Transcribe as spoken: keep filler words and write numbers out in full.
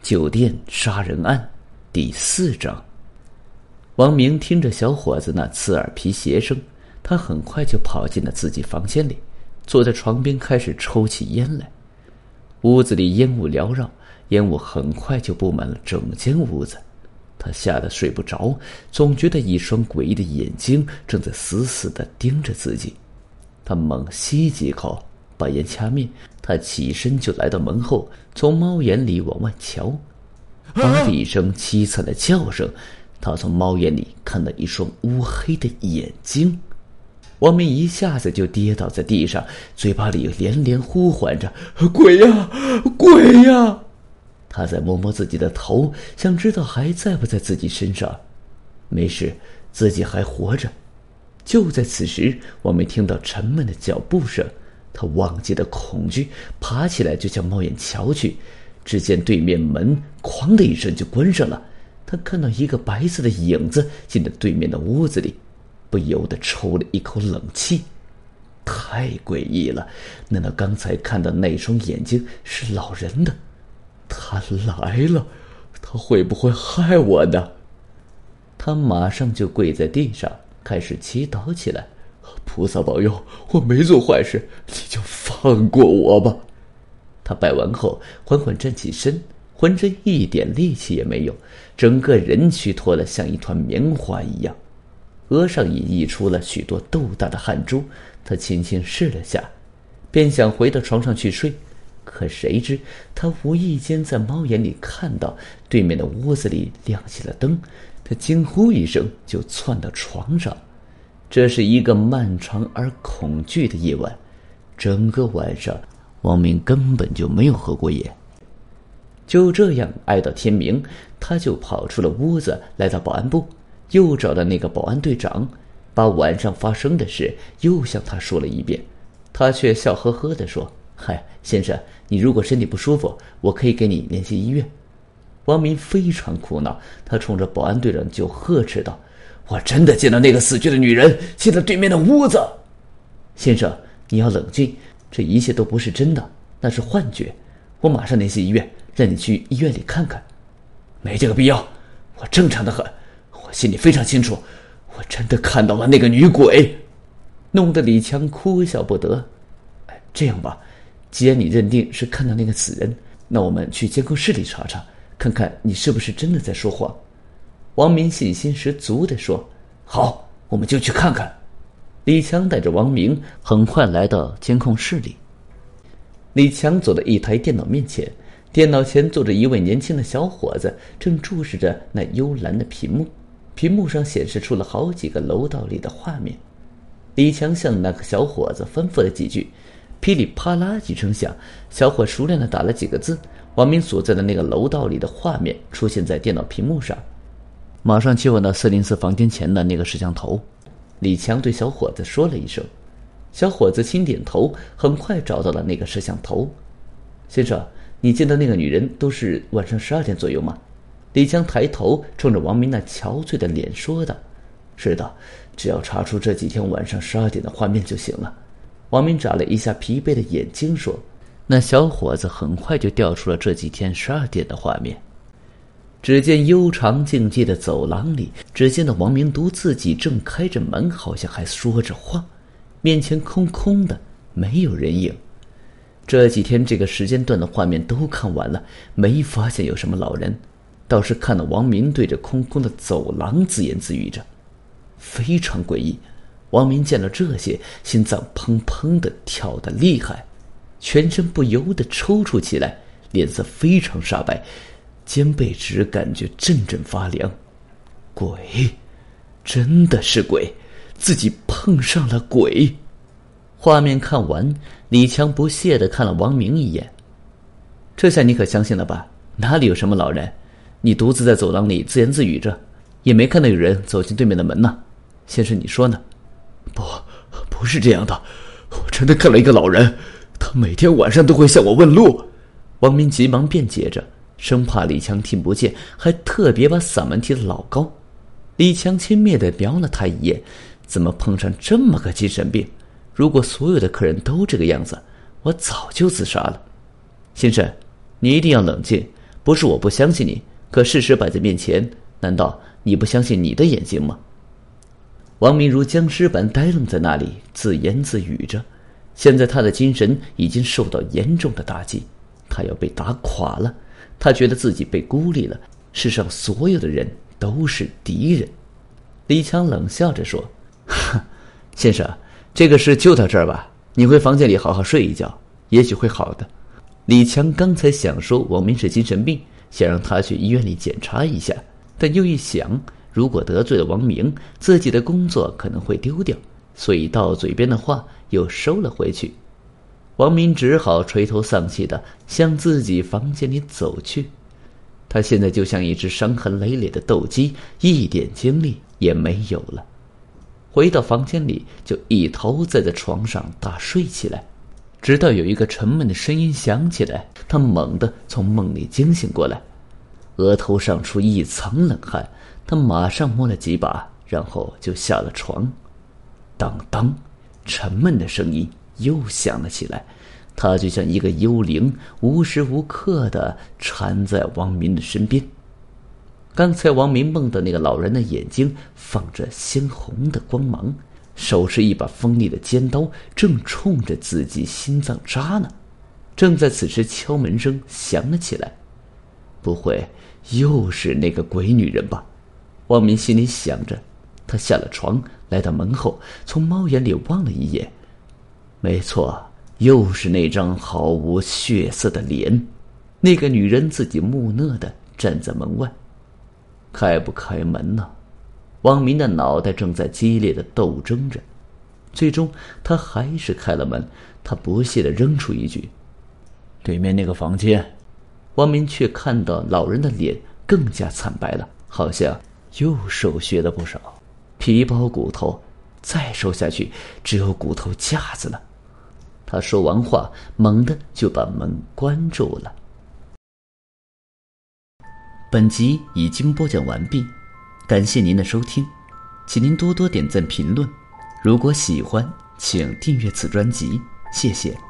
酒店杀人案第四章。王明听着小伙子那刺耳皮鞋声，他很快就跑进了自己房间里，坐在床边开始抽起烟来。屋子里烟雾缭绕，烟雾很快就布满了整间屋子。他吓得睡不着，总觉得一双诡异的眼睛正在死死地盯着自己。他猛吸几口，把烟掐灭，他起身就来到门后，从猫眼里往外瞧。发的一声凄惨的叫声，他从猫眼里看到一双乌黑的眼睛。王明一下子就跌倒在地上，嘴巴里连连呼唤着：鬼呀，鬼呀！他在摸摸自己的头，想知道还在不在自己身上。没事，自己还活着。就在此时，王明听到沉闷的脚步声，他忘记了恐惧，爬起来就向猫眼瞧去。只见对面门哐的一声就关上了，他看到一个白色的影子进了对面的屋子里，不由得抽了一口冷气。太诡异了，难道刚才看到那双眼睛是老人的？他来了，他会不会害我呢？他马上就跪在地上开始祈祷起来，菩萨保佑，我没做坏事，你就放过我吧。他拜完后缓缓站起身，浑身一点力气也没有，整个人虚脱得像一团棉花一样，额上也溢出了许多豆大的汗珠。他轻轻试了下，便想回到床上去睡，可谁知他无意间在猫眼里看到对面的屋子里亮起了灯，他惊呼一声就窜到床上。这是一个漫长而恐惧的夜晚，整个晚上王明根本就没有喝过夜。就这样挨到天明，他就跑出了屋子，来到保安部，又找到那个保安队长，把晚上发生的事又向他说了一遍。他却笑呵呵地说：嗨，先生，你如果身体不舒服，我可以给你联系医院。王明非常苦恼，他冲着保安队长就呵斥道：我真的见到那个死去的女人进了对面的屋子。先生，你要冷静，这一切都不是真的，那是幻觉。我马上联系医院，让你去医院里看看。没这个必要，我正常的很，我心里非常清楚，我真的看到了那个女鬼。弄得李强哭笑不得。哎，这样吧，既然你认定是看到那个死人，那我们去监控室里查查，看看你是不是真的在说谎。王明信心十足地说：好，我们就去看看。李强带着王明很快来到监控室里。李强走到一台电脑面前，电脑前坐着一位年轻的小伙子，正注视着那幽蓝的屏幕，屏幕上显示出了好几个楼道里的画面。李强向那个小伙子吩咐了几句，噼里啪啦几声响，小伙熟练地打了几个字，王明所在的那个楼道里的画面出现在电脑屏幕上。马上切换到四零四房间前的那个摄像头。李强对小伙子说了一声，小伙子轻点头，很快找到了那个摄像头。先生，你见到那个女人都是晚上十二点左右吗？李强抬头冲着王明那憔悴的脸说道。是的，只要查出这几天晚上十二点的画面就行了。王明眨了一下疲惫的眼睛说。那小伙子很快就调出了这几天十二点的画面。只见悠长静寂的走廊里，只见到王明独自己正开着门，好像还说着话，面前空空的，没有人影。这几天这个时间段的画面都看完了，没发现有什么老人，倒是看到王明对着空空的走廊自言自语着，非常诡异。王明见了这些，心脏砰砰地跳得厉害，全身不由得抽搐起来，脸色非常煞白，肩背只感觉阵阵发凉。鬼，真的是鬼，自己碰上了鬼。画面看完，李强不屑地看了王明一眼。这下你可相信了吧？哪里有什么老人？你独自在走廊里自言自语着，也没看到有人走进对面的门呢。先生，你说呢？不，不是这样的，我真的看了一个老人，他每天晚上都会向我问路。王明急忙辩解着，生怕李强听不见，还特别把嗓门提得老高。李强轻蔑地瞄了他一眼，怎么碰上这么个精神病？如果所有的客人都这个样子，我早就自杀了。先生，你一定要冷静， 不是我不相信你，可事实摆在面前，难道你不相信你的眼睛吗？王明如僵尸般呆愣在那里，自言自语着。现在他的精神已经受到严重的打击，他要被打垮了。他觉得自己被孤立了，世上所有的人都是敌人。李强冷笑着说：先生，这个事就到这儿吧，你回房间里好好睡一觉，也许会好的。李强刚才想说王明是精神病，想让他去医院里检查一下，但又一想，如果得罪了王明，自己的工作可能会丢掉，所以到嘴边的话又收了回去。王明只好垂头丧气地向自己房间里走去。他现在就像一只伤痕累累的斗鸡，一点精力也没有了。回到房间里，就一头栽在床上大睡起来，直到有一个沉闷的声音响起来，他猛地从梦里惊醒过来，额头上出一层冷汗，他马上摸了几把，然后就下了床。当当，沉闷的声音又响了起来，他就像一个幽灵，无时无刻地缠在王明的身边。刚才王明梦的那个老人的眼睛放着鲜红的光芒，手持一把锋利的尖刀，正冲着自己心脏扎呢。正在此时，敲门声响了起来。不会又是那个鬼女人吧？王明心里想着。他下了床，来到门后，从猫眼里望了一眼。没错，又是那张毫无血色的脸。那个女人自己木讷地站在门外。开不开门呢？王明的脑袋正在激烈的斗争着。最终他还是开了门。他不屑地扔出一句：对面那个房间。王明却看到老人的脸更加惨白了，好像又瘦削了不少，皮包骨头，再瘦下去只有骨头架子了。他说完话，猛地就把门关住了。本集已经播讲完毕，感谢您的收听，请您多多点赞评论，如果喜欢请订阅此专辑，谢谢。